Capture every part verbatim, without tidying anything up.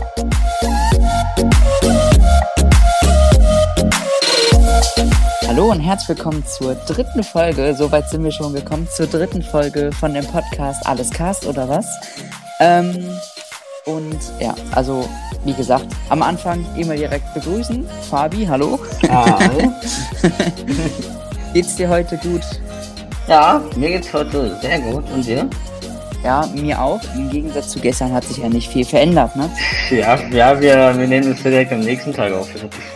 Hallo und herzlich willkommen zur dritten Folge. Soweit sind wir schon gekommen zur dritten Folge von dem Podcast Alles Cast oder was? Ähm, und ja, also wie gesagt, am Anfang immer direkt begrüßen. Fabi, hallo. Hallo. Geht's dir heute gut? Ja, mir geht's heute sehr gut. Und dir? Ja, mir auch. Im Gegensatz zu gestern hat sich ja nicht viel verändert, ne? Ja, ja wir, wir nehmen es direkt am nächsten Tag auf.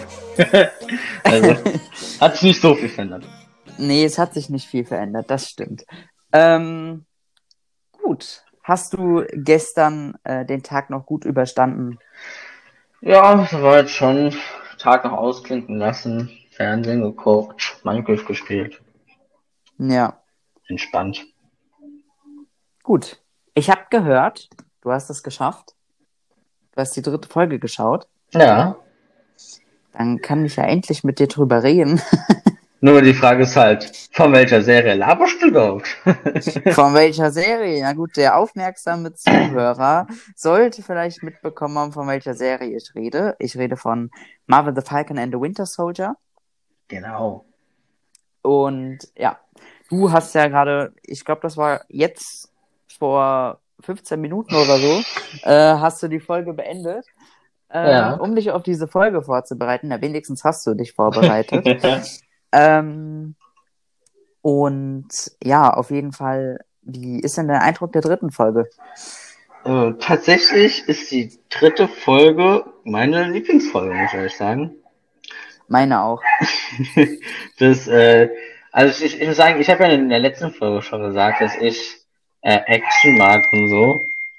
Also, hat sich nicht so viel verändert. Nee, es hat sich nicht viel verändert, das stimmt. Ähm, gut. Hast du gestern äh, den Tag noch gut überstanden? Ja, soweit schon. Tag noch ausklinken lassen, Fernsehen geguckt, Minecraft gespielt. Ja. Entspannt. Gut. Ich habe gehört, du hast es geschafft. Du hast die dritte Folge geschaut. Ja. Dann kann ich ja endlich mit dir drüber reden. Nur die Frage ist halt, von welcher Serie laberst du überhaupt? Von welcher Serie? Na gut, der aufmerksame Zuhörer sollte vielleicht mitbekommen haben, von welcher Serie ich rede. Ich rede von Marvel the Falcon and the Winter Soldier. Genau. Und ja, du hast ja gerade, ich glaube, das war jetzt vor fünfzehn Minuten oder so, äh, hast du die Folge beendet. Äh, Ja. Um dich auf diese Folge vorzubereiten. Ja, wenigstens hast du dich vorbereitet. ähm, und ja, auf jeden Fall, wie ist denn der Eindruck der dritten Folge? Äh, tatsächlich ist die dritte Folge meine Lieblingsfolge, muss ich ehrlich sagen. Meine auch. das, äh, also ich, ich muss sagen, ich habe ja in der letzten Folge schon gesagt, dass ich äh, Action mag und so.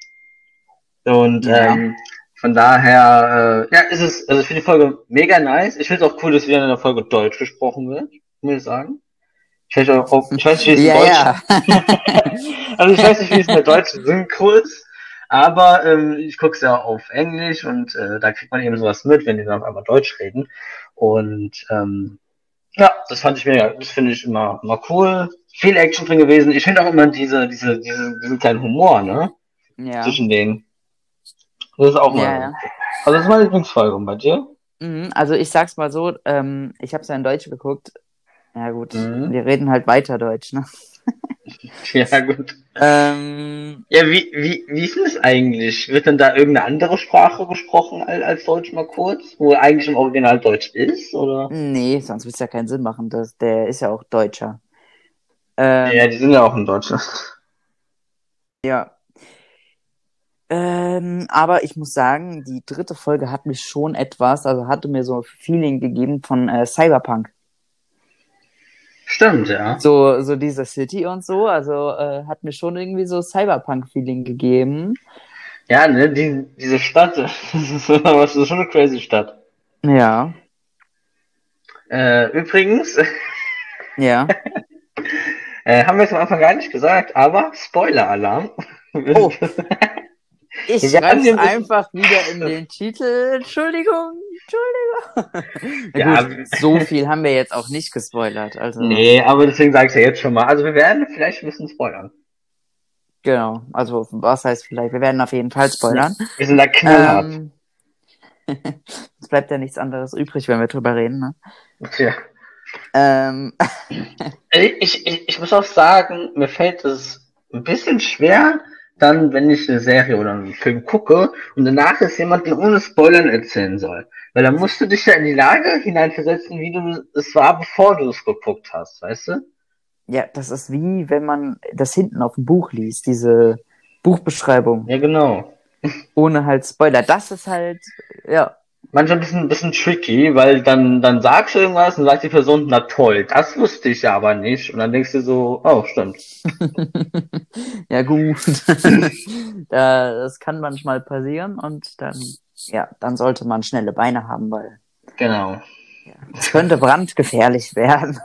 Und Ja. ähm, von daher, äh, ja, ist es, also ich finde die Folge mega nice. Ich finde es auch cool, dass wieder in der Folge Deutsch gesprochen wird, muss ich sagen. Ich weiß, auch, ich weiß nicht, wie es in Ja, Deutsch ja. Also ich weiß nicht, wie es in der deutschen Synchro ist, aber ähm, ich gucke es ja auf Englisch und äh, da kriegt man eben sowas mit, wenn die dann auf einmal Deutsch reden. Und ähm, ja, das fand ich mega, das finde ich immer, immer cool. Viel Action drin gewesen. Ich finde auch immer diese, diese, diese, diesen kleinen Humor, ne? Ja. Zwischen denen. Das ist auch immer. Ja, ja. Also das ist meine Lieblingsfolge. Und bei dir? Mhm, also ich sag's mal so, ähm, ich habe es ja in Deutsch geguckt. Ja gut, Mhm. wir reden halt weiter Deutsch, ne? Ja, gut. Ähm, Ja, wie, wie, wie ist es eigentlich? Wird denn da irgendeine andere Sprache gesprochen als, als Deutsch mal kurz? Wo eigentlich im Original Deutsch ist, oder? nee, sonst würde es ja keinen Sinn machen. Das, der ist ja auch Deutscher. Ähm, Ja, die sind ja auch in Deutschland. ja. Ähm, aber ich muss sagen, die dritte Folge hat mich schon etwas, also hatte mir so ein Feeling gegeben von äh, Cyberpunk. Stimmt, ja. So, so diese City und so, also äh, hat mir schon irgendwie so Cyberpunk-Feeling gegeben. Ja, ne, die, diese Stadt, das ist, das ist schon eine crazy Stadt. Ja, Äh, übrigens, ja. äh, haben wir es am Anfang gar nicht gesagt, aber Spoiler-Alarm. Oh, ich Wir werden schreib's hier ein bisschen- einfach wieder in den Titel. Entschuldigung, Entschuldigung. Na Ja, gut, so viel haben wir jetzt auch nicht gespoilert. Also, Nee, aber deswegen sage ich ja jetzt schon mal. Also wir werden vielleicht ein bisschen spoilern. genau. Also, was heißt vielleicht? Wir werden auf jeden Fall spoilern. Wir sind da knallhart. Ähm, es bleibt ja nichts anderes übrig, wenn wir drüber reden, ne? Tja. Ähm, Ich, ich, ich muss auch sagen, mir fällt es ein bisschen schwer, dann, wenn ich eine Serie oder einen Film gucke und danach ist jemand, der ohne Spoilern erzählen soll. Weil dann musst du dich ja in die Lage hineinversetzen, wie du es war, bevor du es geguckt hast, weißt du? ja, das ist wie, wenn man das hinten auf dem Buch liest, diese Buchbeschreibung, Ja, genau. ohne halt Spoiler. Das ist halt, ja, Manchmal ein bisschen, ein bisschen tricky, weil dann, dann sagst du irgendwas und sagt die Person, na toll, das wusste ich ja aber nicht. Und dann denkst du so, oh, stimmt. ja gut. da, das kann manchmal passieren und dann, ja, dann sollte man schnelle Beine haben, weil Genau. ja, es könnte brandgefährlich werden.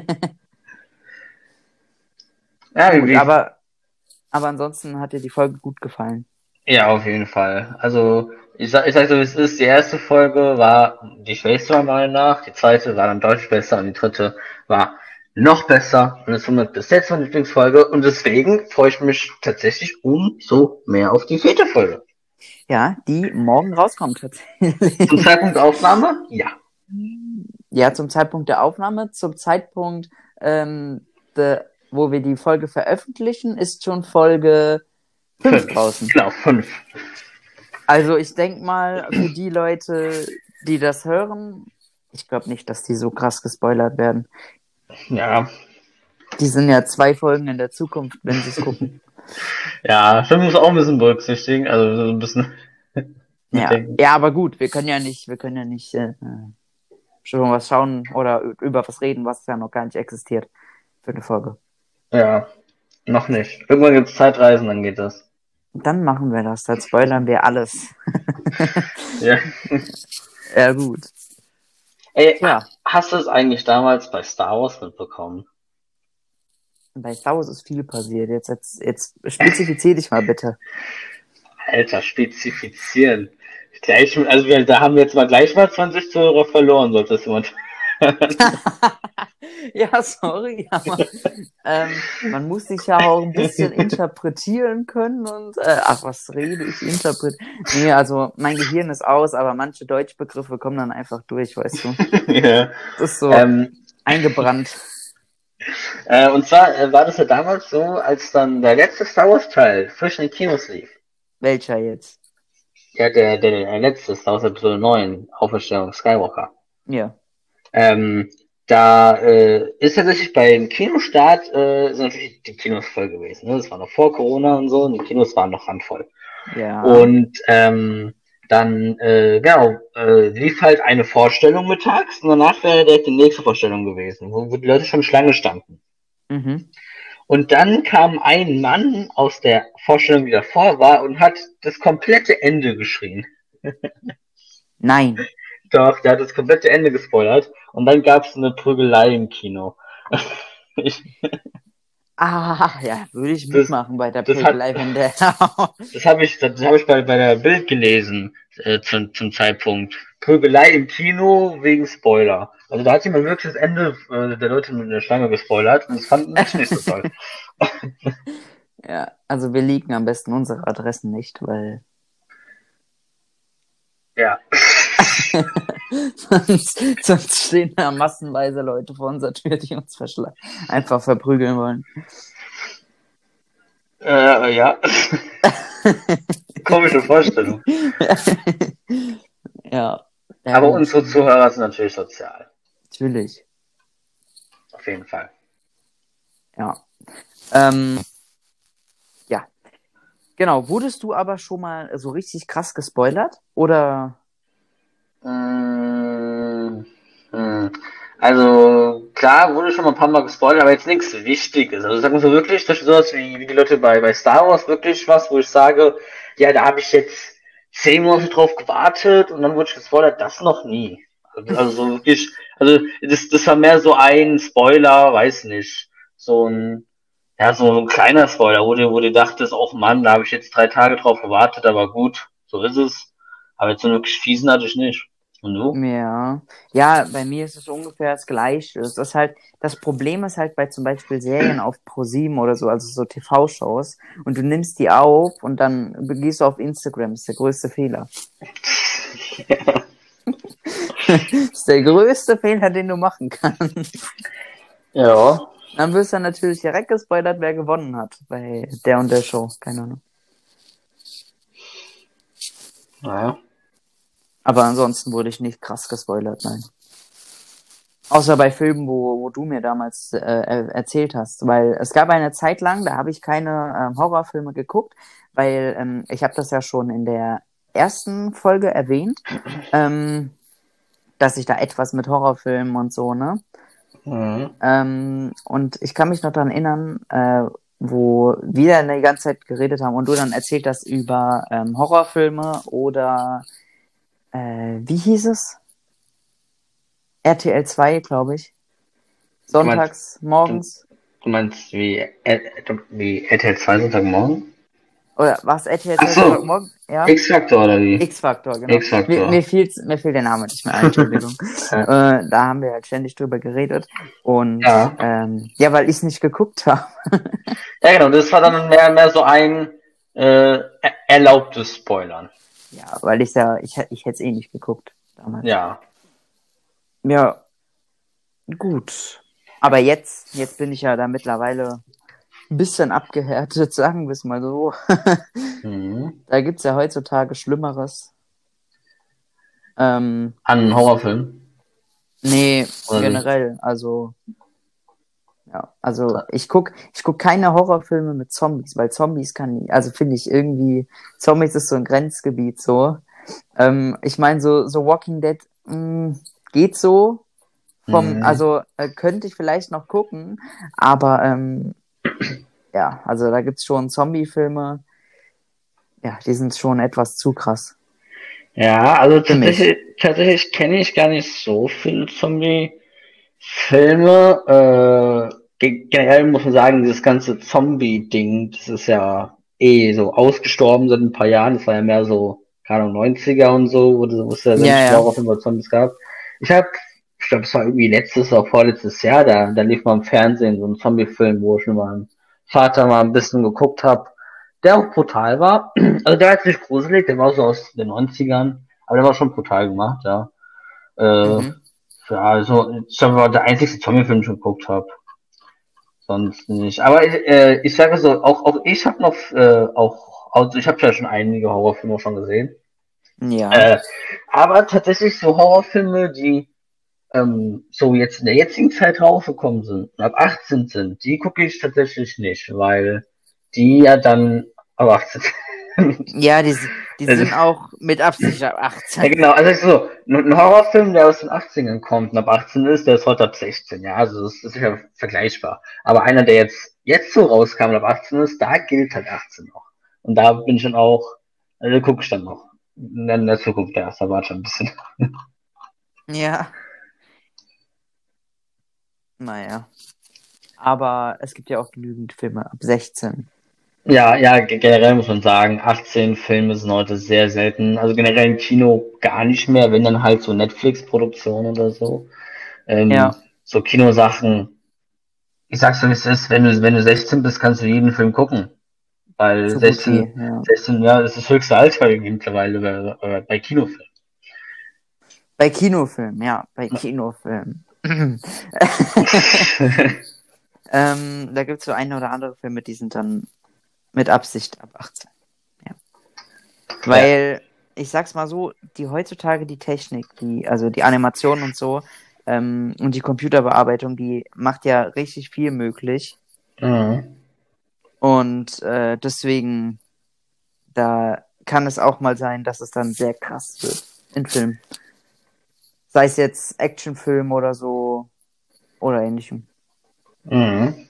Ja, Gut, wie, aber, aber ansonsten hat dir die Folge gut gefallen. ja, auf jeden Fall. Also, ich sag, ich sag so, wie es ist. Die erste Folge war die schwächste meiner Meinung nach. Die zweite war dann deutlich besser und die dritte war noch besser. Und es ist bis jetzt meine Lieblingsfolge. Und deswegen freue ich mich tatsächlich umso mehr auf die vierte Folge. Ja, die morgen rauskommt tatsächlich. Zum Zeitpunkt der Aufnahme? Ja. Ja, zum Zeitpunkt der Aufnahme, zum Zeitpunkt, ähm, de, wo wir die Folge veröffentlichen, ist schon Folge fünf draußen. Genau, fünf. Also ich denke mal, für die Leute, die das hören, ich glaube nicht, dass die so krass gespoilert werden. Ja. Die sind ja zwei Folgen in der Zukunft, wenn sie es gucken. Ja, Film muss auch ein bisschen berücksichtigen, also so ein bisschen ja. ja, aber gut, wir können ja nicht, wir können ja nicht äh, schon was schauen oder über was reden, was ja noch gar nicht existiert für eine Folge. Ja, noch nicht. Irgendwann gibt's Zeitreisen, dann geht das. Dann machen wir das, dann spoilern wir alles. ja. Ja, gut. Ey, ja. Hast du es eigentlich damals bei Star Wars mitbekommen? Bei Star Wars ist viel passiert. Jetzt, jetzt, jetzt spezifizier dich mal bitte. Alter, spezifizieren. Gleich, also wir, da haben wir jetzt mal gleich mal zwanzig Zuhörer verloren, sollte es jemand. ja, sorry, aber ähm, man muss sich ja auch ein bisschen interpretieren können und äh, ach, was rede ich, interpretieren? Nee, also mein Gehirn ist aus, aber manche Deutschbegriffe kommen dann einfach durch, weißt du. ja. Das ist so ähm, eingebrannt. Äh, und zwar äh, war das ja damals so, als dann der letzte Star Wars Teil frisch in den Kinos lief. Welcher jetzt? Ja, der, der, der letzte Star Wars Episode neun, Auferstehung Skywalker. Ja. Ähm, da äh, ist tatsächlich beim Kinostart äh, sind natürlich die Kinos voll gewesen. Ne? Das war noch vor Corona und so, und die Kinos waren noch handvoll. Ja. Und ähm, dann, äh, genau, äh, lief halt eine Vorstellung mittags und danach wäre direkt die nächste Vorstellung gewesen, wo, wo die Leute schon Schlange standen. Mhm. Und dann kam ein Mann aus der Vorstellung, die davor war, und hat das komplette Ende geschrien. Nein. Doch, der hat das komplette Ende gespoilert. Und dann gab es eine Prügelei im Kino. ich, ah, ja, würde ich mitmachen das, bei der Prügelei, wenn der... das habe ich, das hab ich bei, bei der Bild gelesen äh, zum, zum Zeitpunkt. Prügelei im Kino wegen Spoiler. Also da hat jemand wirklich das Ende äh, der Leute mit der Schlange gespoilert und das fanden ich nicht so toll. ja, also wir liegen am besten unsere Adressen nicht, weil... Ja. sonst, sonst stehen da massenweise Leute vor unserer Tür, die uns verschla- einfach verprügeln wollen. Äh, ja. Komische Vorstellung. ja. ja. Aber unsere Zuhörer sind natürlich sozial. Natürlich. Auf jeden Fall. Ja. Ähm, ja. Genau. Wurdest du aber schon mal so richtig krass gespoilert? Oder? Mmh, hm. Also, klar, wurde schon mal ein paar Mal gespoilert, aber jetzt nichts Wichtiges. Also, sagen wir so wirklich, das ist sowas wie, wie die Leute bei, bei Star Wars wirklich was, wo ich sage, ja, da habe ich jetzt zehn Monate drauf gewartet und dann wurde ich gespoilert, das noch nie. Also, also so wirklich, also, das, das war mehr so ein Spoiler, weiß nicht, so ein, ja, so ein kleiner Spoiler, wo du, wo du dachtest, oh Mann, da habe ich jetzt drei Tage drauf gewartet, aber gut, so ist es. Aber jetzt so einen wirklich fiesen hatte ich nicht. Und du? Ja. Ja, bei mir ist es ungefähr das Gleiche. Es ist halt, das Problem ist halt bei zum Beispiel Serien auf ProSieben oder so, also so T V-Shows, und du nimmst die auf und dann gehst du auf Instagram. Das ist der größte Fehler. Ja. Das ist der größte Fehler, den du machen kannst. Ja. Dann wirst du natürlich direkt gespoilert, wer gewonnen hat bei der und der Show. Keine Ahnung. Naja. Aber ansonsten wurde ich nicht krass gespoilert, nein. Außer bei Filmen, wo, wo du mir damals äh, erzählt hast. Weil es gab eine Zeit lang, da habe ich keine äh, Horrorfilme geguckt, weil ähm, ich habe das ja schon in der ersten Folge erwähnt, ähm, dass ich da etwas mit Horrorfilmen und so, ne? Mhm. Ähm, und ich kann mich noch daran erinnern, äh, wo wir die ganze Zeit geredet haben und du dann erzählt hast über ähm, Horrorfilme oder Äh, wie hieß es? R T L zwei, glaube ich. Sonntags, du meinst, morgens. Du, du meinst wie, äh, wie R T L zwei Sonntagmorgen? Oder was? R T L zwei so. Sonntagmorgen? Ja. X-Factor oder wie? X-Factor, genau. X-Factor. Mir, mir, fiel, mir fiel der Name nicht mehr ein, Entschuldigung. ja. äh, da haben wir halt ständig drüber geredet. Und ja, ähm, ja weil ich es nicht geguckt habe. ja, genau. Das war dann mehr, mehr so ein äh, erlaubtes Spoilern. Ja, weil ich ja, ich, ich hätte es eh nicht geguckt damals. Ja. Ja, gut. Aber jetzt, jetzt bin ich ja da mittlerweile ein bisschen abgehärtet, sagen wir es mal so. Mhm. Da gibt's ja heutzutage Schlimmeres. Ähm, An einen Horrorfilm? nee, Oder nicht? generell, also, ja, also ich guck, ich guck keine Horrorfilme mit Zombies, weil Zombies kann ich, also finde ich irgendwie, Zombies ist so ein Grenzgebiet so. Ähm, ich meine, so, so Walking Dead mh, geht so. Vom, Mhm. also äh, könnte ich vielleicht noch gucken, aber ähm, ja, also da gibt's schon Zombie-Filme, ja, die sind schon etwas zu krass Ja, also für mich. tatsächlich, tatsächlich kenne ich gar nicht so viele Zombie-Filme. Äh, ge- generell muss man sagen, dieses ganze Zombie-Ding, das ist ja eh so ausgestorben seit ein paar Jahren. Das war ja mehr so, keine Ahnung, neunziger und so, wo, wo es ja Ja, sämtliche ja, Horrorfilme über Zombies gab. Ich habe, ich glaube, es war irgendwie letztes oder vorletztes Jahr, da, da lief mal im Fernsehen so ein Zombie-Film, wo ich mit meinem Vater mal ein bisschen geguckt habe, der auch brutal war. Also der war jetzt nicht gruselig, der war so aus den neunzigern, aber der war schon brutal gemacht, ja. Äh, mhm. ja, also ich glaube, war der einzigste Zombie-Film, den ich geguckt habe. Sonst nicht. Aber ich, äh, ich sage so, auch auch ich habe noch äh, auch, also ich habe ja schon einige Horrorfilme schon gesehen. Ja, Äh, aber tatsächlich so Horrorfilme, die ähm, so jetzt in der jetzigen Zeit rausgekommen sind und ab achtzehn sind, die gucke ich tatsächlich nicht, weil die ja dann ab achtzehn sind. ja, die, die Also, sind auch mit Absicht ab ja, achtzehn. genau, also ich so, ein Horrorfilm, der aus den achtzigern kommt und ab achtzehn ist, der ist heute ab sechzehn, ja, also das ist ja vergleichbar. Aber einer, der jetzt, jetzt so rauskam und ab achtzehn ist, da gilt halt achtzehn noch. Und da bin ich dann auch, also gucke ich dann noch. In der Zukunft erst, da war schon ein bisschen. Ja, naja. Aber es gibt ja auch genügend Filme ab sechzehn. Ja, ja, ge- generell muss man sagen, achtzehn Filme sind heute sehr selten. Also generell im Kino gar nicht mehr, wenn dann halt so Netflix-Produktionen oder so. Ähm, Ja, so Kinosachen, ich sag's dir, wie es ist, wenn du, wenn du sechzehn bist, kannst du jeden Film gucken. Weil so gut wie, sechzehn, ja. sechzehn, ja, das ist das höchste Alter irgendwie mittlerweile bei, bei Kinofilmen. Bei Kinofilmen, ja, bei Kinofilmen. ähm, da gibt's so eine oder andere Filme, die sind dann mit Absicht ab achtzehn. Ja. Ja. Weil, ich sag's mal so, die heutzutage die Technik, die, also die Animation und so, ähm, und die Computerbearbeitung, die macht ja richtig viel möglich. Mhm. Und äh, deswegen, da kann es auch mal sein, dass es dann sehr krass wird in Filmen. Sei es jetzt Actionfilm oder so oder ähnlichem. Mhm.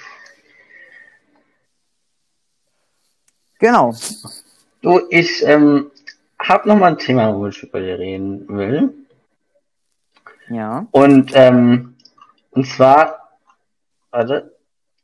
Genau. Du, ich ähm, habe noch mal ein Thema, wo ich über dir reden will. Ja. Und ähm, und zwar, warte,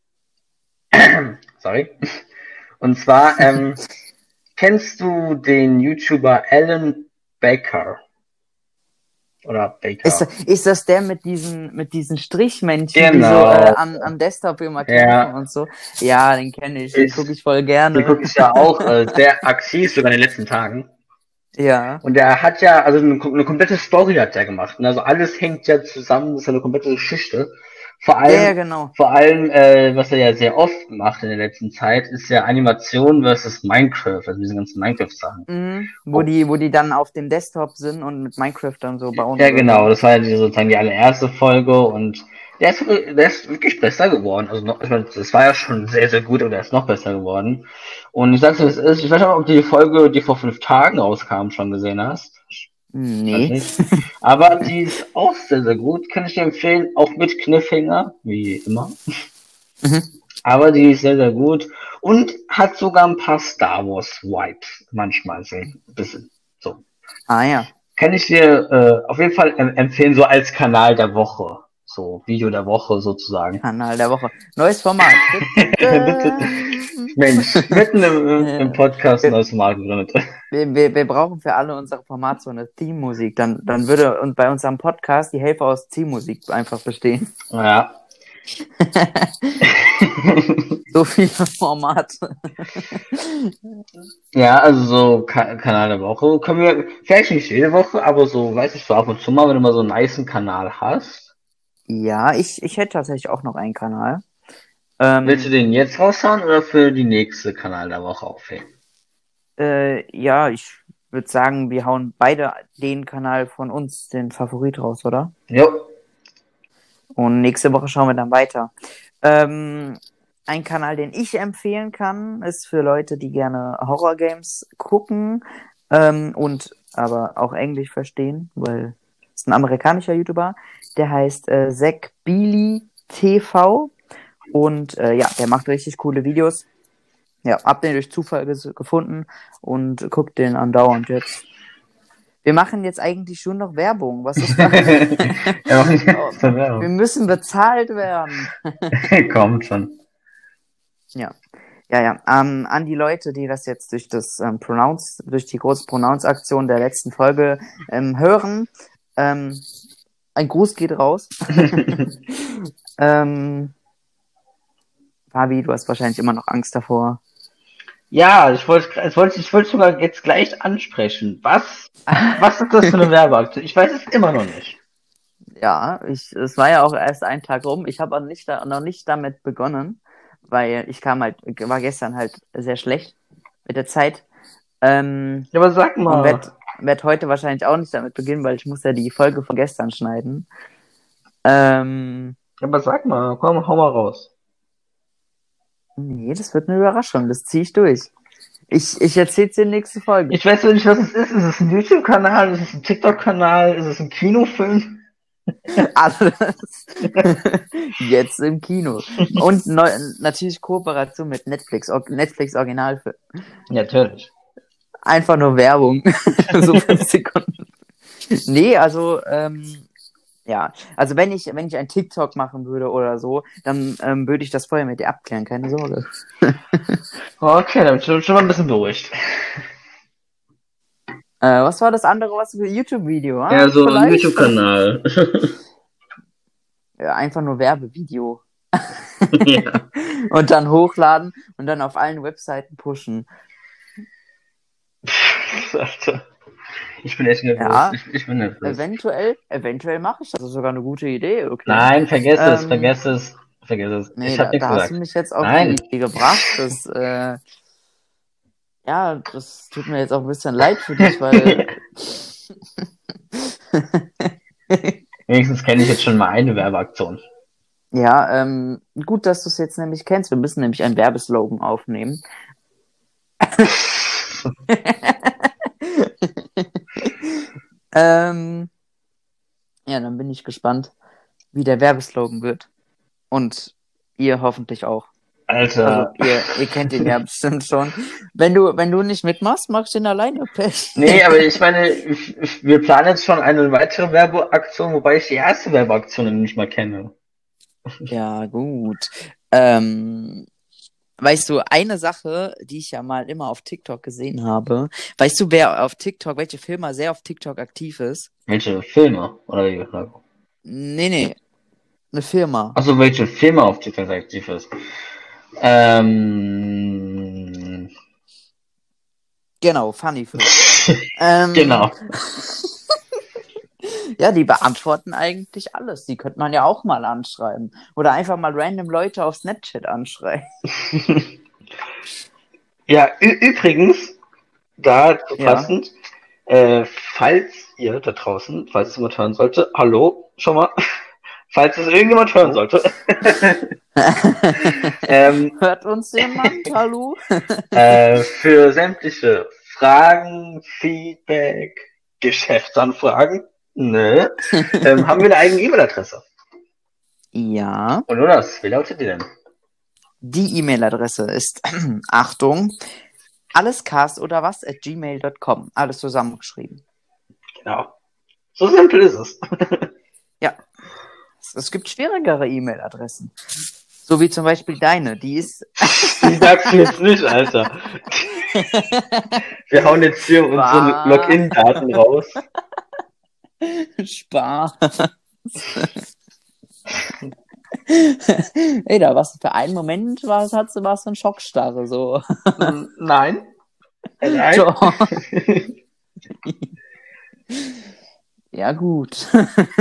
sorry. Und zwar ähm, kennst du den YouTuber Alan Baker oder Ist, Baker? ist das der mit diesen, mit diesen Strichmännchen, die so äh, Genau. am, am Desktop immer kämpfen Ja, und so? Ja, den kenne ich, den ich, gucke ich voll den gerne. gucke ich ja auch äh, sehr aktiv, sogar in den letzten Tagen. Ja. Und der hat ja, also eine, eine komplette Story hat er gemacht. Ne? Also alles hängt ja zusammen, das ist ja eine komplette Geschichte. Vor Ja, ja, allem, genau. vor allem, äh, was er ja sehr oft macht in der letzten Zeit, ist ja Animation versus Minecraft, also diese ganzen Minecraft-Sachen. Mhm. Wo Oh, die, wo die dann auf dem Desktop sind und mit Minecraft dann so bauen ja, oder so. genau, das war ja die, sozusagen die allererste Folge und der ist, der ist wirklich besser geworden. Also noch, ich meine, das war ja schon sehr, sehr gut, aber der ist noch besser geworden. Und ich sag's dir, es ist, ich weiß nicht, ob du die Folge, die vor fünf Tagen rauskam, schon gesehen hast. Weiß Nee. nicht. Aber die ist auch sehr, sehr gut. Kann ich dir empfehlen. Auch mit Cliffhanger, wie immer. Mhm. Aber die ist sehr, sehr gut. Und hat sogar ein paar Star Wars Vibes. Manchmal so ein bisschen. So. Ah ja. Kann ich dir äh, auf jeden Fall em- empfehlen, so als Kanal der Woche. So, Video der Woche sozusagen. Kanal der Woche. Neues Format. Bitte. Mensch, mitten im, im Ja. Podcast ein Wir, neues Format gegründet. wir, wir wir brauchen für alle unsere Formate so eine Theme-Musik. Dann, dann würde und bei unserem Podcast die Hälfte aus Theme-Musik einfach bestehen. Ja. So viele Formate. Ja, also so Ka Kanal der Woche können wir, vielleicht nicht jede Woche, aber so, weiß ich, so ab und zu mal, wenn du mal so einen nicen Kanal hast. Ja, ich, ich hätte tatsächlich auch noch einen Kanal. Willst du Ähm, den jetzt raushauen oder für die nächste Kanal der Woche aufheben? äh, ja, ich würde sagen, wir hauen beide den Kanal von uns, den Favorit raus, oder? Jo. Und nächste Woche schauen wir dann weiter. Ähm, ein Kanal, den ich empfehlen kann, ist für Leute, die gerne Horror-Games gucken ähm, und aber auch Englisch verstehen, weil es ist ein amerikanischer YouTuber. Der heißt äh, Zack Beely T V und äh, ja, der macht richtig coole Videos. Ja, hab den durch Zufall ges- gefunden und guck den andauernd jetzt. Wir machen jetzt eigentlich schon noch Werbung. Was ist da? Ja, mach nicht Oh, zur wir Werbung. müssen bezahlt werden. Kommt schon. Ja, ja, ja. Ähm, an die Leute, die das jetzt durch das ähm, Pronounce, durch die große Pronounce-Aktion der letzten Folge ähm, hören, ähm, ein Gruß geht raus. ähm, Fabi, du hast wahrscheinlich immer noch Angst davor. Ja, ich wollte, ich wollte, ich wollte sogar jetzt gleich ansprechen. Was, was ist das für eine Werbeaktion? Ich weiß es immer noch nicht. Ja, ich, es war ja auch erst ein Tag rum. Ich habe auch nicht da, noch nicht damit begonnen, weil ich kam halt, war gestern halt sehr schlecht mit der Zeit. Ähm, Ja, aber sag und mal. werd, werd heute wahrscheinlich auch nicht damit beginnen, weil ich muss ja die Folge von gestern schneiden. Ähm, Ja, aber sag mal, komm, hau mal raus. nee, das wird eine Überraschung. Das ziehe ich durch. Ich, ich erzähl's dir nächste Folge. Ich weiß ja nicht, was es ist. Ist es ein YouTube-Kanal? Ist es ein TikTok-Kanal? Ist es ein Kinofilm? Alles jetzt im Kino. Und neu, natürlich Kooperation mit Netflix, Or- Netflix Originalfilm. Ja, natürlich. Einfach nur Werbung. So fünf Sekunden. Nee, also, ähm, ja. Also wenn ich, wenn ich ein TikTok machen würde oder so, dann ähm, würde ich das vorher mit dir abklären, keine Sorge. Okay, dann bin ich schon schon mal ein bisschen beruhigt. Äh, was war das andere, was für YouTube-Video? Ah, Ja, so ein vielleicht? YouTube-Kanal. Ja, einfach nur Werbevideo. Ja. Und dann hochladen und dann auf allen Webseiten pushen. Alter. Ich bin echt nervös. Ja, Ich, ich bin nervös. eventuell, eventuell mache ich das. Das ist sogar eine gute Idee, okay. Nein, vergess es, Ähm, vergess es, vergess es. Nee, Ich da, hab nichts da hast gesagt. du mich jetzt auf Nein. die Idee gebracht. Das, äh, ja, das tut mir jetzt auch ein bisschen leid für dich, weil. Wenigstens kenne ich jetzt schon mal eine Werbeaktion. Ja, ähm, gut, dass du es jetzt nämlich kennst. Wir müssen nämlich einen Werbeslogan aufnehmen. ähm, ja, dann bin ich gespannt, wie der Werbeslogan wird. Und ihr hoffentlich auch. Alter. Also ihr, ihr kennt ihn ja bestimmt schon. Wenn du, wenn du nicht mitmachst, mach ich den alleine. Pech. Nee, aber ich meine, ich, ich, wir planen jetzt schon eine weitere Werbeaktion, wobei ich die erste Werbeaktion nicht mal kenne. Ja, gut. Ähm, weißt du, eine Sache, die ich ja mal immer auf TikTok gesehen habe, weißt du, wer auf TikTok, welche Firma sehr auf TikTok aktiv ist? Welche Filme? Oder wie? Nee, nee, eine Firma. Achso, welche Firma auf TikTok aktiv ist? Ähm. Genau, Funny Firma. ähm, Genau. Ja, die beantworten eigentlich alles. Die könnte man ja auch mal anschreiben. Oder einfach mal random Leute auf Snapchat anschreiben. Ja, übrigens, da Ja. passend, äh, falls ihr da draußen, falls es jemand hören sollte, hallo, schon mal, falls es irgendjemand hören sollte, ähm, Hört uns jemand? Hallo? äh, für sämtliche Fragen, Feedback, Geschäftsanfragen, ne, ähm, haben wir eine eigene E-Mail-Adresse. Ja. Und Jonas, wie lautet die denn? Die E-Mail-Adresse ist, Achtung, allescast oder was at gmail dot com. Alles zusammengeschrieben. Genau. So simpel ist es. Ja. Es, es gibt schwierigere E-Mail-Adressen. So wie zum Beispiel deine. Die ist... Die sagst du jetzt nicht, Alter. Wir hauen jetzt hier unsere Spaß. Login-Daten raus. Spaß. Ey, da warst du für einen Moment, warst, warst du warst du ein Schockstarre, so. Nein. Nein. Doch. Ja, gut.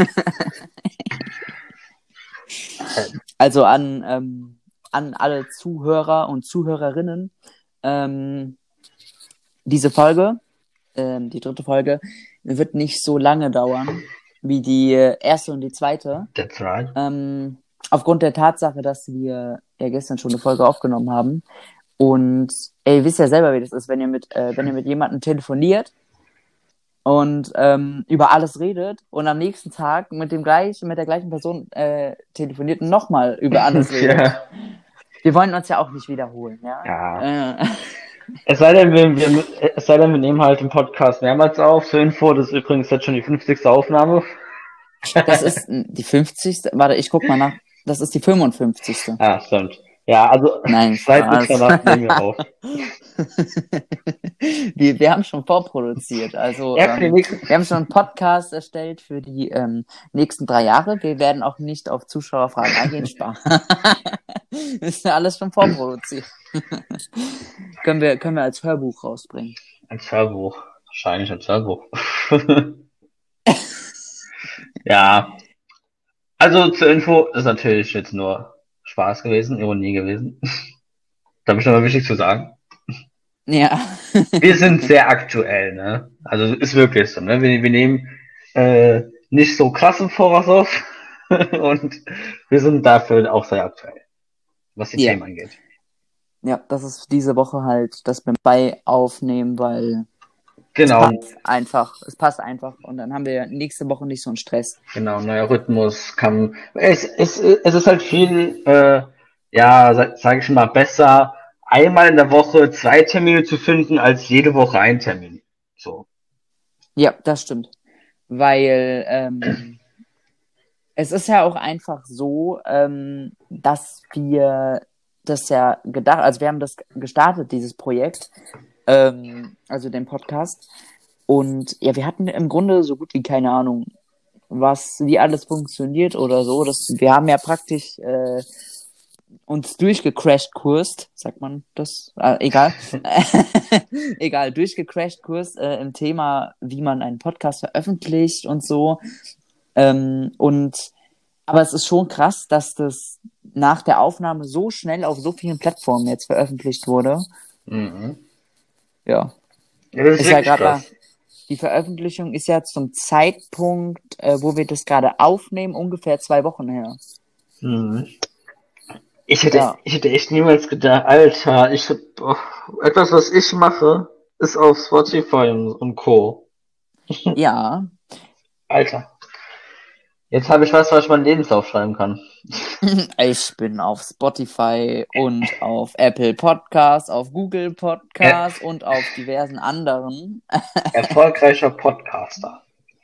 Also an, ähm, an alle Zuhörer und Zuhörerinnen, ähm, diese Folge, ähm, die dritte Folge, wird nicht so lange dauern wie die erste und die zweite. That's right. Ähm, aufgrund der Tatsache, dass wir ja gestern schon eine Folge aufgenommen haben. Und ey, ihr wisst ja selber, wie das ist, wenn ihr mit, äh, wenn ihr mit jemandem telefoniert und ähm, über alles redet und am nächsten Tag mit dem gleichen, mit der gleichen Person äh, telefoniert und nochmal über alles redet. Ja. Wir wollen uns ja auch nicht wiederholen, ja. Ja. Äh, Es sei denn, wir, wir, es sei denn, wir nehmen halt den Podcast mehrmals auf. Zur Info, das ist übrigens jetzt schon die fünfzigste Aufnahme. das ist die fünfzigste. Warte, ich guck mal nach. Das ist die fünfundfünfzigste. Ah, stimmt. Ja, also Nein, seit Spaß. Mitternacht nehmen wir auf. wir, wir haben schon vorproduziert. Also Ja, für die ähm, nächsten- wir haben schon einen Podcast erstellt für die ähm, nächsten drei Jahre. Wir werden auch nicht auf Zuschauerfragen eingehen. Spaß. ist ja alles schon vorproduziert. können wir können wir als Hörbuch rausbringen. Als Hörbuch. Wahrscheinlich als Hörbuch. Ja. Also zur Info ist natürlich jetzt nur Spaß gewesen, Ironie gewesen. Da habe ich nochmal wichtig zu sagen. Ja. Wir sind sehr aktuell, ne? Also ist wirklich so, ne? Wir, wir nehmen äh, nicht so krass im Voraus auf und wir sind dafür auch sehr aktuell, was die Ja. Themen angeht. Ja, das ist diese Woche halt, dass wir bei aufnehmen, weil Genau, es passt einfach. Es passt einfach. Und dann haben wir nächste Woche nicht so einen Stress. genau, neuer Rhythmus kann. Es, es, es ist halt viel, äh, ja, sag, sag ich mal, besser, einmal in der Woche zwei Termine zu finden, als jede Woche ein Termin. So. Ja, das stimmt. Weil ähm, es ist ja auch einfach so, ähm, dass wir das ja gedacht, also wir haben das gestartet, dieses Projekt, ähm, also den Podcast. Und ja, wir hatten im Grunde so gut wie keine Ahnung, was, wie alles funktioniert oder so. Das, wir haben ja praktisch äh, uns durchgecrashed-kurst, sagt man das? Äh, egal. egal, durchgecrashed-kurst äh, im Thema, wie man einen Podcast veröffentlicht und so. Ähm, und aber es ist schon krass, dass das nach der Aufnahme so schnell auf so vielen Plattformen jetzt veröffentlicht wurde. Mhm. Ja. Ja, das ist, Ist ja wirklich gerade mal, krass. die Veröffentlichung ist ja zum Zeitpunkt, äh, wo wir das gerade aufnehmen, ungefähr zwei Wochen her. Mhm. Ich hätte, Ja. ich hätte echt niemals gedacht, Alter, ich hab, oh, etwas, was ich mache, ist auf Spotify und, und Co. Ja. Alter. Jetzt habe ich was, was ich meinen Lebenslauf schreiben kann. Ich bin auf Spotify und auf Apple Podcasts, auf Google Podcasts und auf diversen anderen Erfolgreicher Podcaster.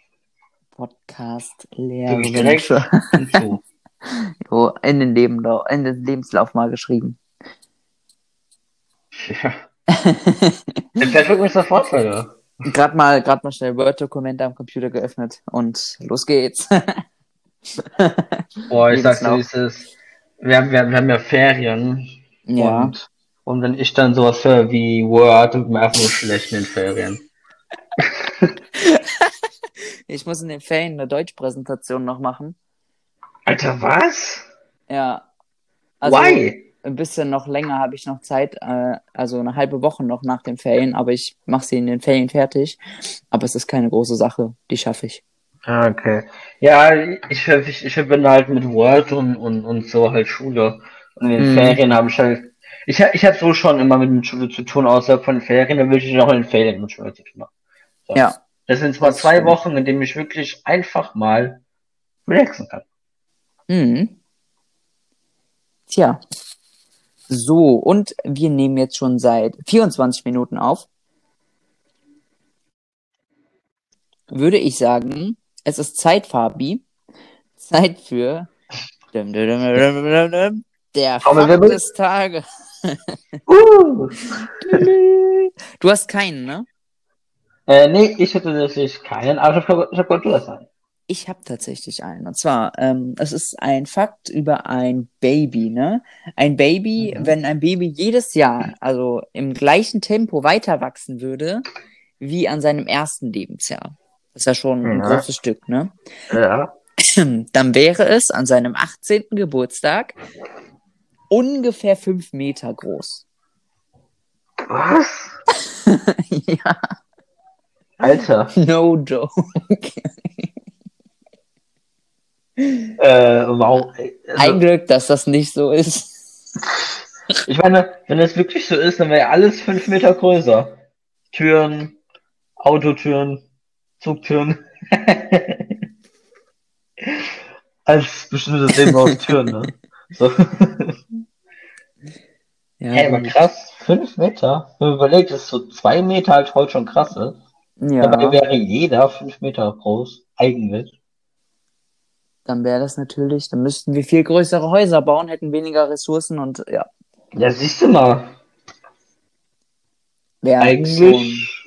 Podcast Du Lehrwünsche. direkt hinzu. So, in den, Lebenlauf, in den Lebenslauf mal geschrieben. Ja. Vielleicht wirklich der Vorteile. Gerade mal, grad mal schnell Word-Dokumente am Computer geöffnet und los geht's. Boah, ich sag's dir, wie Lebenslauf. es ist. Wir haben, wir, haben- wir haben ja Ferien. Ja. Und, und wenn ich dann sowas höre wie Word, tut mir einfach nur schlecht in den Ferien. Ich muss in den Ferien eine Deutschpräsentation noch machen. Alter, was? Ja. Also Why? ein bisschen noch länger habe ich noch Zeit, äh, also eine halbe Woche noch nach den Ferien, aber ich mache sie in den Ferien fertig. Aber es ist keine große Sache, die schaffe ich. Ah, okay. Ja, ich, ich, ich bin halt mit Word und, und, und so halt Schule. Und in den Mhm. Ferien habe ich halt, ich, hab- ich habe so schon immer mit, mit Schule zu tun, außerhalb von den Ferien, dann will ich auch in den Ferien mit Schule zu tun haben. So. Ja. Das sind zwar Das zwei stimmt. Wochen, in denen ich wirklich einfach mal relaxen kann. Mhm. Tja. So, und wir nehmen jetzt schon seit vierundzwanzig Minuten auf. Würde ich sagen, es ist Zeit, Fabi. Zeit für dum, dum, dum, dum, dum, dum, der Aber wer Fakt will- des Tages. Uh! Du hast keinen, ne? Äh, nee, ich hätte tatsächlich keinen, aber ich hab, ich hab gehört, du hast einen. Ich habe tatsächlich einen. Und zwar, ähm, es ist ein Fakt über ein Baby, ne? Ein Baby, Mhm. wenn ein Baby jedes Jahr, also im gleichen Tempo weiter wachsen würde, wie an seinem ersten Lebensjahr. Das ist ja schon ein Ja. großes Stück, ne? Ja. Dann wäre es an seinem achtzehnten Geburtstag ungefähr fünf Meter groß. Was? Ja, Alter. no joke. Äh, wow. Ein Also, Glück, dass das nicht so ist. ich meine, wenn das wirklich so ist, dann wäre ja alles fünf Meter größer. Türen, Autotüren, Zugtüren. Als bestimmtes Leben aus Türen, ne? So. Ja, Hey, aber gut. krass, fünf Meter? Wenn man überlegt, dass so zwei Meter halt heute schon krass ist. Dabei Ja, wäre jeder fünf Meter groß, eigentlich. dann wäre das natürlich, dann müssten wir viel größere Häuser bauen, hätten weniger Ressourcen und ja, Ja, siehst du mal. wäre schon, Eigentlich.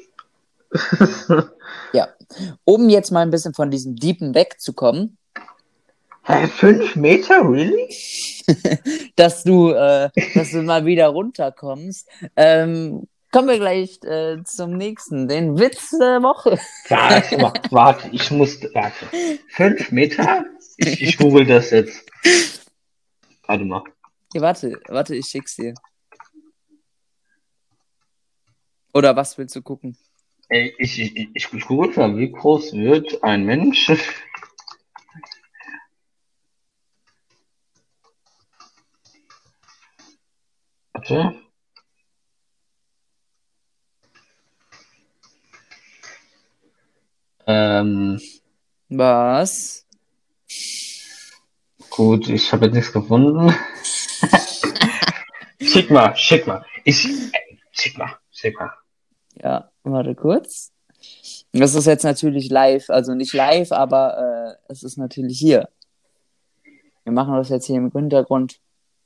ja. Um jetzt mal ein bisschen von diesem Deepen wegzukommen, Hä, fünf Meter, really? dass du, äh, dass du mal wieder runterkommst, ähm, kommen wir gleich äh, zum nächsten, den Witz der Woche. Warte mal, warte, ich muss, warte. Fünf Meter? Ich, ich google das jetzt. Warte mal. Ja, warte, warte, ich schick's dir. Oder was willst du gucken? Ey, ich, ich, ich, ich google mal, wie groß wird ein Mensch? Warte. Ähm, Was? gut, ich habe jetzt nichts gefunden. Schick mal, schick mal. Ich, schick mal, schick mal. Ja, warte kurz. Das ist jetzt natürlich live, also nicht live, aber äh, es ist natürlich hier. Wir machen das jetzt hier im Hintergrund.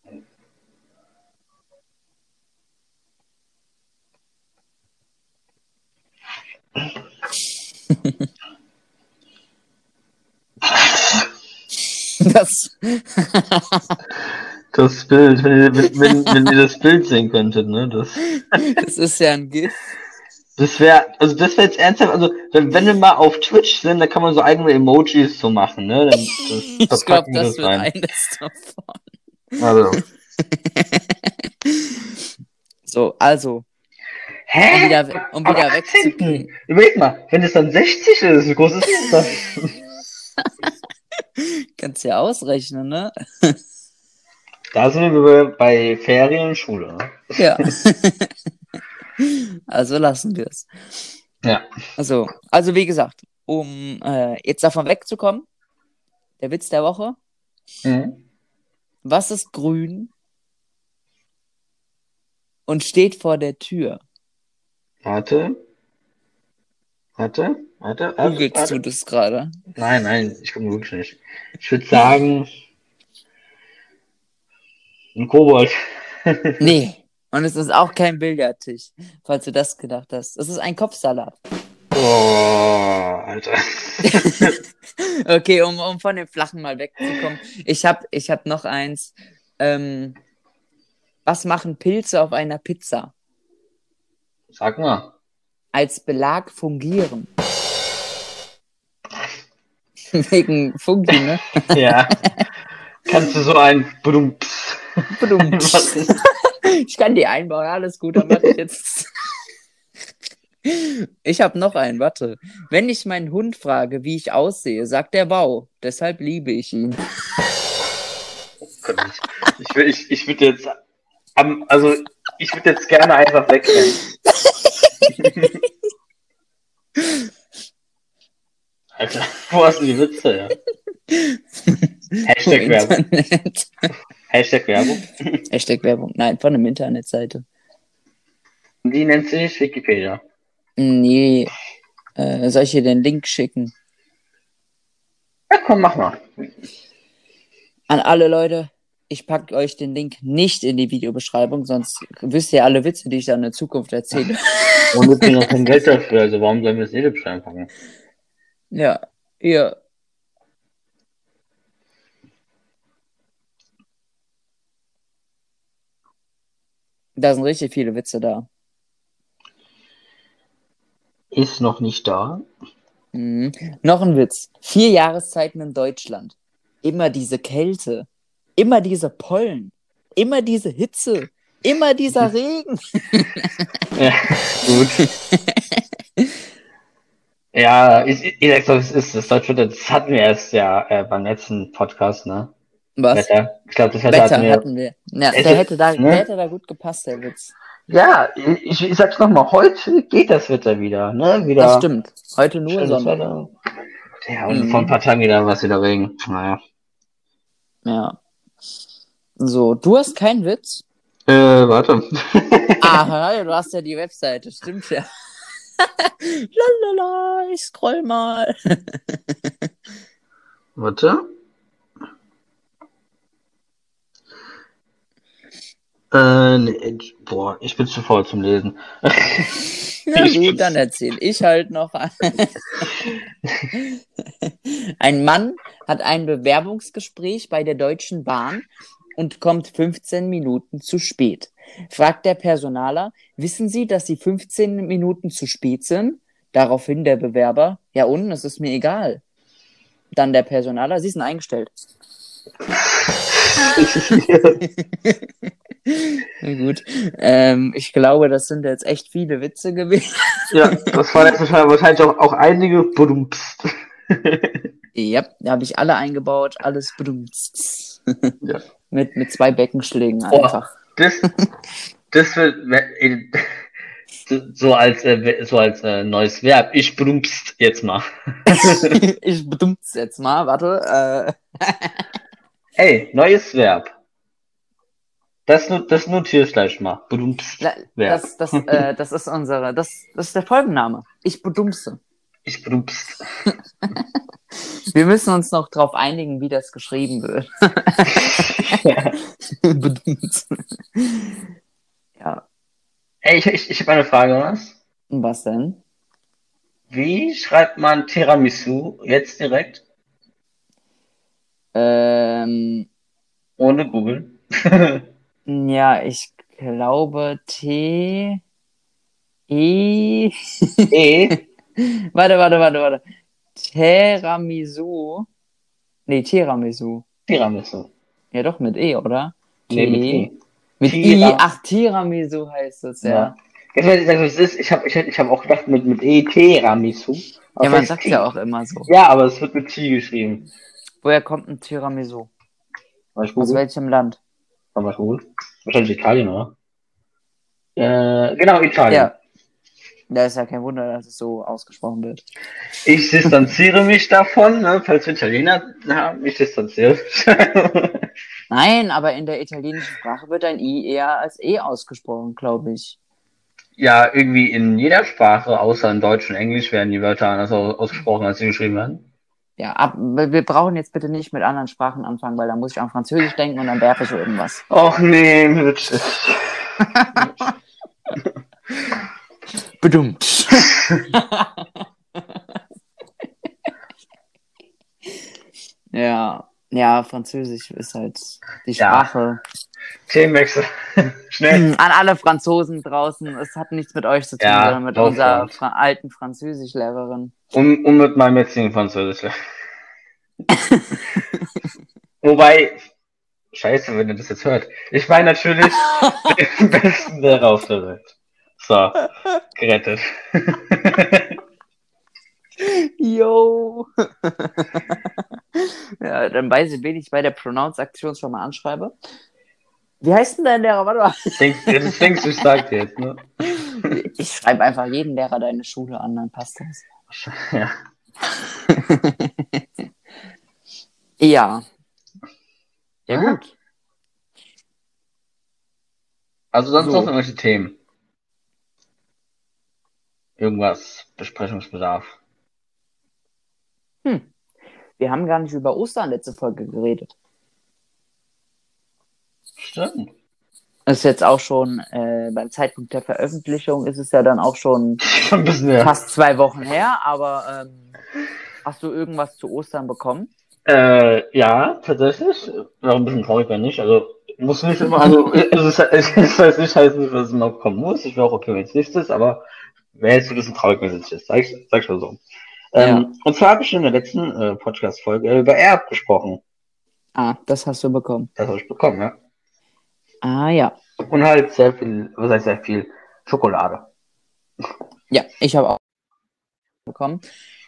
Das, Das Bild, wenn ihr, wenn, wenn, wenn ihr das Bild sehen könntet, ne? Das, das ist ja ein GIF. das wäre, also das wäre jetzt ernsthaft, also wenn, wenn wir mal auf Twitch sind, da kann man so eigene Emojis so machen, ne? Dann das Ich glaube, verpacken wir das das wird rein. eines davon. Also. So, also, Hä? um wieder, um Am wieder achtzehnten. wegzukriegen. Überleg mal, wenn es dann sechzig ist, wie groß ist denn das? Kannst ja ausrechnen, ne? Da sind wir bei Ferien und Schule, ne? Ja. Also lassen wir es. Ja. Also, also wie gesagt, um äh, jetzt davon wegzukommen, der Witz der Woche. Mhm. Was ist grün und steht vor der Tür? Warte. Warte. Warte. Warte. Googelst du Warte. das gerade? Nein, nein, ich komme wirklich nicht. Ich würde sagen, ein Kobold. Nee. Und es ist auch kein Billardtisch, falls du das gedacht hast. Es ist ein Kopfsalat. Oh, Alter. Okay, um, um von dem Flachen mal wegzukommen. Ich habe ich hab noch eins. Ähm, was machen Pilze auf einer Pizza? Sag mal. Als Belag fungieren. Wegen Fungi, ne? Ja. Kannst du so ein Budumps Badumtsch. machen? Ich kann die einbauen, alles gut, dann mache ich jetzt. Ich habe noch einen, warte. Wenn ich meinen Hund frage, wie ich aussehe, sagt er wow. Deshalb liebe ich ihn. Ich, will- ich, ich würde jetzt, am- also ich würde jetzt gerne einfach wegrennen. Alter, wo hast du die Witze, ja? Hashtag Im Werbung. Internet. Hashtag Werbung. Hashtag Werbung. Nein, von einer Internetseite. Die nennt sich Wikipedia. Nee, äh, soll ich dir den Link schicken? Ja, komm, mach mal. An alle Leute, ich packe euch den Link nicht in die Videobeschreibung, sonst wisst ihr alle Witze, die ich dann in der Zukunft erzähle. Und wir kriegen noch kein Geld dafür, also warum sollen wir es in die Beschreibung packen? Ja, ihr Da sind richtig viele Witze da. Ist noch nicht da. Mhm. Noch ein Witz. Vier Jahreszeiten in Deutschland. Immer diese Kälte. Immer diese Pollen. Immer diese Hitze. Immer dieser Regen. Ja, gut. Ja, ich, ich sag's so, es ist das deutsche Wetter, das hatten wir erst ja äh, beim letzten Podcast, ne? Was? Wetter. Ich glaube, das Wetter hatten Wetter wir. hatten wir. Ja, Es der hätte da, ist, der ne? hätte da gut gepasst, der Witz. Ja, ich, ich sag's nochmal, heute geht das Wetter wieder, ne? Wieder. Das stimmt. Heute nur schönes Sonne. Wetter. Ja, und Mhm. vor ein paar Tagen wieder was wieder Regen. Naja. Ja. So, du hast keinen Witz? Äh, warte. Aha, du hast ja die Webseite, stimmt ja. Lalala, ich scroll mal. Warte. Äh, nee, boah, ich bin zu faul zum Lesen. Na gut, dann erzähl ich halt noch. Ein Mann hat ein Bewerbungsgespräch bei der Deutschen Bahn und kommt fünfzehn Minuten zu spät. Fragt der Personaler, wissen Sie, dass Sie fünfzehn Minuten zu spät sind? Daraufhin der Bewerber, ja und, es ist mir egal. Dann der Personaler, Sie sind eingestellt. Na gut. Ähm, ich glaube, das sind jetzt echt viele Witze gewesen. Ja, das war letztes Mal wahrscheinlich auch, auch einige. Budumst. Ja, da habe ich alle eingebaut, alles bedummt. Ja. mit, mit zwei Beckenschlägen Oh, einfach. das, das wird so als, äh, so als äh, neues Verb. Ich budumst jetzt mal. Ich bedumm's jetzt mal, warte. Äh. Ey, neues Verb. Das, das notiere ich gleich mal. Budumst. Na, Verb. das, das, äh, das ist unsere, das, das ist der Folgenname. Ich bedummse. Ich budumst. Wir müssen uns noch drauf einigen, wie das geschrieben wird. Ja. Bedummt. Ja. Ey, ich, ich, ich habe eine Frage, was? Was denn? Wie schreibt man Tiramisu jetzt direkt? Ähm, Ohne Google. ja, ich glaube T. E. E. Warte, warte, warte, warte. Tiramisu. Nee, Tiramisu. Tiramisu. Ja, doch, mit E, oder? Nee, mit T-E. E. Mit Tira. I. Ach, Tiramisu heißt es, ja. Ja. Jetzt, wenn ich sage, was es ist, ich habe ich, ich hab auch gedacht mit, mit E, Tiramisu. Aber Ja, es man heißt sagt Ti. ja auch immer so. Ja, aber es wird mit T geschrieben. Woher kommt ein Tiramisu? War ich Aus Google? welchem Land? War ich Google? Wahrscheinlich Italien, oder? Äh, genau, Italien. Ja. Da ist ja kein Wunder, dass es so ausgesprochen wird. Ich distanziere mich davon, ne, falls wir Italiener haben, ich distanziere mich. Nein, aber in der italienischen Sprache wird ein I eher als E ausgesprochen, glaube ich. Ja, irgendwie in jeder Sprache, außer in Deutsch und Englisch, werden die Wörter anders ausgesprochen, als sie geschrieben werden. Ja, ab, wir brauchen jetzt bitte nicht mit anderen Sprachen anfangen, weil da muss ich an Französisch denken und dann werfe ich irgendwas. Och nee, mit. Bedummt. ja, ja, Französisch ist halt die Sprache. Ja. Themenwechsel. Schnell. An alle Franzosen draußen, es hat nichts mit euch zu tun, Ja, sondern mit unserer Fra- alten Französischlehrerin. Und, und mit meinem jetzigen Französisch. Wobei, scheiße, wenn ihr das jetzt hört. Ich meine natürlich den besten Lehrer auf der Welt. So, gerettet. Yo. Ja, dann weiß ich, wen ich bei der Pronounce-Aktion schon mal anschreibe. Wie heißt denn dein Lehrer? Warte mal. Denkst, das denkst du, ich sag dir jetzt, ne? Ich schreibe einfach jeden Lehrer deine Schule an, dann passt das. Ja. Ja. Ja, Aha. gut. Also sonst So. noch irgendwelche Themen? Irgendwas, Besprechungsbedarf. Hm. Wir haben gar nicht über Ostern letzte Folge geredet. Stimmt. Das ist jetzt auch schon, äh, beim Zeitpunkt der Veröffentlichung ist es ja dann auch schon Schon ein bisschen her. fast zwei Wochen her, aber ähm, hast du irgendwas zu Ostern bekommen? Äh, ja, tatsächlich. War ein bisschen traurig, wenn nicht. Also, muss nicht immer, also es ist, es ist halt nicht heißen, dass es immer kommen muss. Ich wäre auch okay, wenn es nicht ist, aber wäre jetzt ein bisschen traurig, wenn es nicht ist. Sag ich, sag ich mal so. Ja. Ähm, und zwar habe ich in der letzten äh, Podcast-Folge über Erb gesprochen. Ah, das hast du bekommen. Das habe ich bekommen, ja. Ah, ja. Und halt sehr viel, was heißt sehr viel, Schokolade. Ja, ich habe auch bekommen.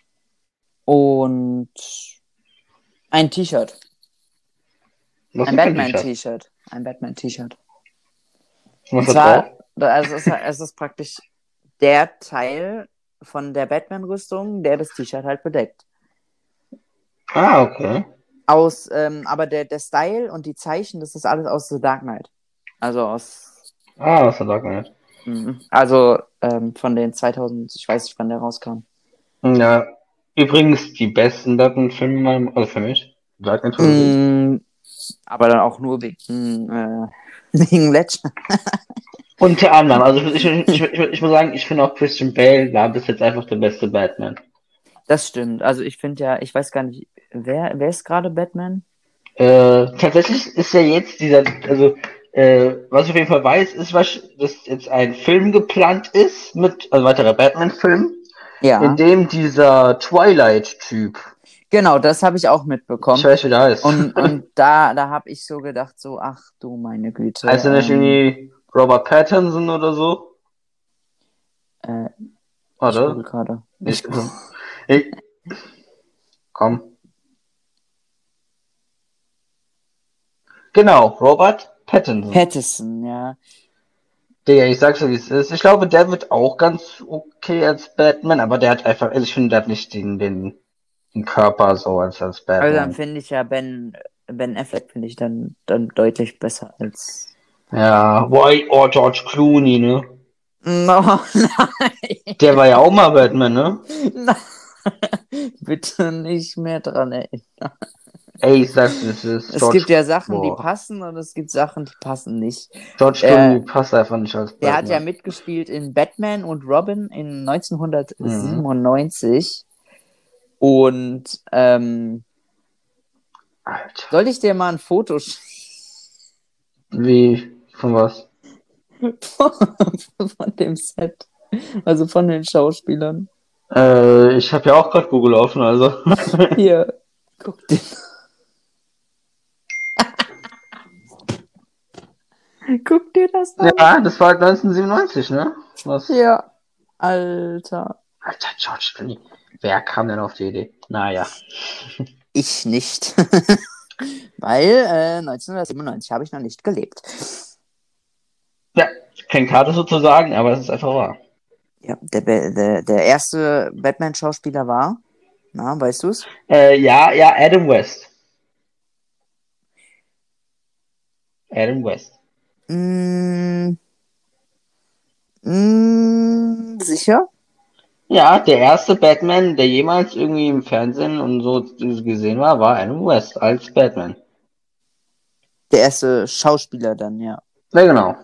Und ein T-Shirt. Was Ein ist ein T-Shirt? Batman-T-Shirt. Ein Batman-T-Shirt. Was Und ist da drauf? zwar, also es ist, es ist praktisch der Teil von der Batman-Rüstung, der das T-Shirt halt bedeckt. Ah, okay. Aus, ähm, aber der, der Style und die Zeichen, das ist alles aus The Dark Knight. Also aus, Ah, was hat er gesagt? mhm. also ähm, von den zweitausend, ich weiß nicht, wann der rauskam. Ja, übrigens die besten Batman-Filme, also für mich, Dark Knight Trilogy. Mm, aber dann auch nur wegen, äh, wegen Legend. Unter anderem, also ich, ich, ich, ich, ich muss sagen, ich finde auch Christian Bale war bis jetzt einfach der beste Batman. Das stimmt. Also ich finde ja, ich weiß gar nicht, wer, wer ist gerade Batman? Äh, tatsächlich ist ja jetzt dieser, also äh, was ich auf jeden Fall weiß, ist, was, dass jetzt ein Film geplant ist mit, also weiterer Batman-Film, Ja, in dem dieser Twilight-Typ, genau, das habe ich auch ich mitbekommen. weiß, wie der heißt. Und, und da, da habe ich so gedacht, so, ach du meine Güte. Heißt er nicht Ähm, irgendwie Robert Pattinson oder so? äh, ich google Warte. gerade. Ich, Ich google. ich, komm. Genau, Robert Pattinson. Pattinson, ja. Digga, ich sag's dir, wie es ist. Ich glaube, der wird auch ganz okay als Batman, aber der hat einfach, also ich finde, der hat nicht den, den, den Körper so als, als Also dann Batman. finde ich ja Ben, Ben Affleck finde ich dann, dann deutlich besser als. Ja, why, oh, George Clooney, ne? No, nein. Der war ja auch mal Batman, ne? Nein. Bitte nicht mehr dran erinnern. Ey, ich sag's dir, das ist Es George, gibt ja Sachen, die boah. passen und es gibt Sachen, die passen nicht. George Clooney Er, passt einfach nicht als der hat ja Batman. mitgespielt in Batman und Robin in Mhm. neunzehnhundertsiebenundneunzig. Und ähm, Alter. soll ich dir mal ein Foto schicken Wie, von was? von dem Set? Also von den Schauspielern. Äh, ich habe ja auch gerade Google offen, also. Hier, guck dir. Guck dir das an. Ja, das war neunzehnhundertsiebenundneunzig, ne? Was? Ja, Alter. Alter, George Clooney. Wer kam denn auf die Idee? Naja. Ich nicht. Weil äh, neunzehnhundertsiebenundneunzig habe ich noch nicht gelebt. Ja, kein Karte sozusagen, aber es ist einfach wahr. Ja, der, der, der erste Batman-Schauspieler war, na, weißt du es? Äh, ja, ja, Adam West. Adam West. Mm, mm, sicher? Ja, der erste Batman, der jemals irgendwie im Fernsehen und so gesehen war, war Adam West als Batman. Der erste Schauspieler dann, ja. Ja, genau.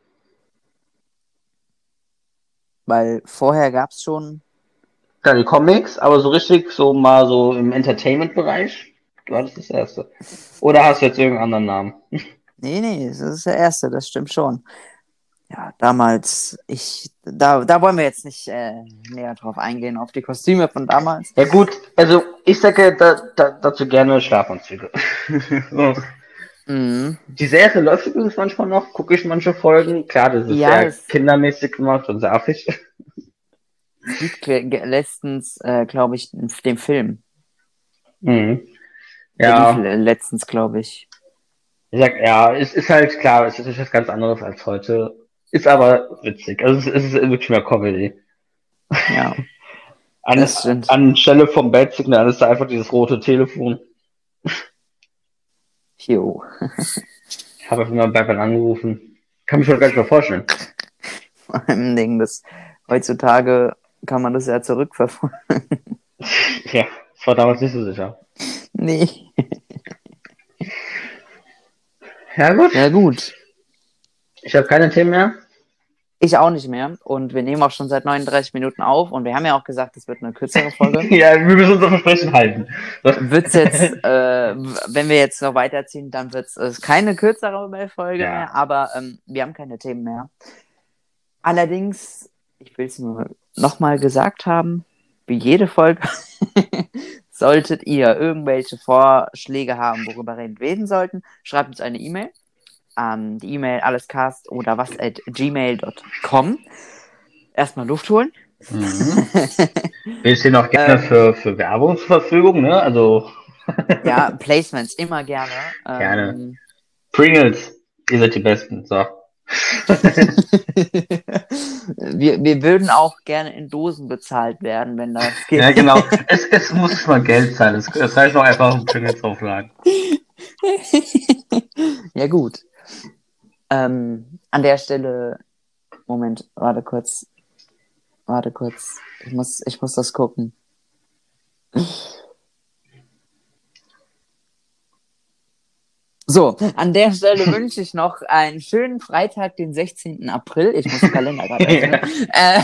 Weil vorher gab es schon. Ja, die Comics, aber so richtig so mal so im Entertainment-Bereich. Du hattest das erste. Oder hast du jetzt irgendeinen anderen Namen? Nee, nee, das ist der erste, das stimmt schon. Ja, damals, ich, da, da wollen wir jetzt nicht äh, näher drauf eingehen, auf die Kostüme von damals. Ja gut, also ich sage da, da, dazu gerne Schlafanzüge. So. Mhm. Die Serie läuft übrigens manchmal noch, gucke ich manche Folgen. Klar, das ist Ja, sehr es, kindermäßig gemacht und sehr affig. es gibt ge- letztens, äh, glaube ich, den Film. Mhm. Der lief Ja, le- letztens, glaube ich. ich sag, ja, es ist halt klar, es ist etwas ganz anderes als heute. Ist aber witzig. Also es ist, es ist wirklich mehr Comedy. Ja, An, das stimmt. anstelle vom Bat-Signal ist da einfach dieses rote Telefon. Jo. Ich habe einfach mal Batman angerufen. Kann mich schon gar nicht mehr vorstellen. Vor allem Ding, das heutzutage kann man das ja zurückverfolgen. Ja, das war damals nicht so sicher. Nee. Ja gut, Ja, gut. ich habe keine Themen mehr. Ich auch nicht mehr. Und wir nehmen auch schon seit neununddreißig Minuten auf. Und wir haben ja auch gesagt, es wird eine kürzere Folge. Ja, wir müssen unser Versprechen halten. Wird's jetzt, äh, wenn wir jetzt noch weiterziehen, dann wird es äh, keine kürzere Folge Ja. mehr. Aber ähm, wir haben keine Themen mehr. Allerdings, ich will es nur nochmal gesagt haben, wie jede Folge, solltet ihr irgendwelche Vorschläge haben, worüber wir reden sollten, schreibt uns eine E-Mail. Um, die E-Mail allescast oder was at gmail dot com. Erstmal Luft holen. Mhm. Wir stehen auch gerne ähm, für, für Werbung zur Verfügung, ne? Also. Ja, Placements immer gerne. Gerne. Ähm, Pringles, ihr seid die Besten. So. wir, wir würden auch gerne in Dosen bezahlt werden, wenn das geht. Ja, genau. Es, es muss mal Geld sein. Es, es reicht doch einfach um Pringles draufladen. Ja, gut. Ähm, an der Stelle, Moment, warte kurz, warte kurz, ich muss, ich muss das gucken. So, an der Stelle wünsche ich noch einen schönen Freitag, den sechzehnten April. Ich muss den Kalender gerade öffnen. äh,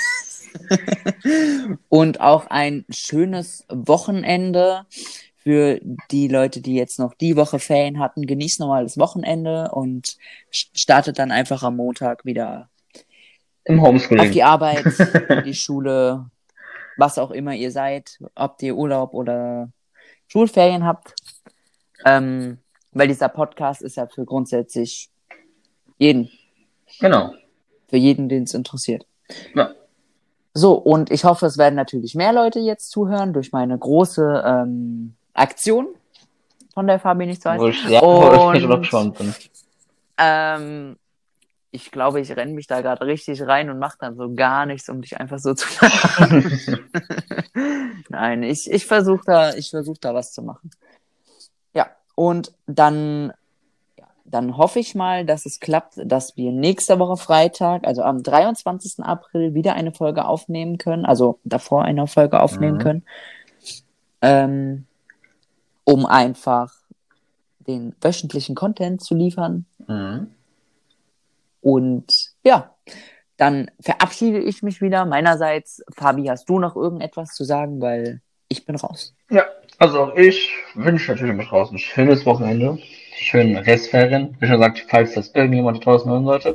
und auch ein schönes Wochenende. Für die Leute, die jetzt noch die Woche Ferien hatten, genießt nochmal das Wochenende und startet dann einfach am Montag wieder im Homeschooling auf die Arbeit, die Schule, was auch immer ihr seid, ob ihr Urlaub oder Schulferien habt. Ähm, weil dieser Podcast ist ja für grundsätzlich jeden. Genau. Für jeden, den es interessiert. Ja. So, und ich hoffe, es werden natürlich mehr Leute jetzt zuhören durch meine große ähm, Aktion, von der Fabi nichts weiß. Wo ich, ja, und, ich noch schon bin. Ähm, ich glaube, ich renne mich da gerade richtig rein und mache dann so gar nichts, um dich einfach so zu machen. Nein, ich, ich versuche da, ich versuch da was zu machen. Ja, und dann, ja, dann hoffe ich mal, dass es klappt, dass wir nächste Woche Freitag, also am dreiundzwanzigsten April, wieder eine Folge aufnehmen können, also davor eine Folge aufnehmen Mhm. können. Ähm, um einfach den wöchentlichen Content zu liefern. Mhm. Und ja, dann verabschiede ich mich wieder. Meinerseits, Fabi, hast du noch irgendetwas zu sagen, weil ich bin raus. Ja, also auch ich wünsche natürlich mit draußen ein schönes Wochenende, schönen Restferien. Wie schon gesagt, falls das irgendjemand draußen hören sollte.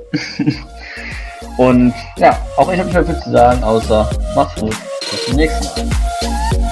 Und ja, auch ich habe nicht mehr viel zu sagen, außer mach's gut. Bis zum nächsten Mal.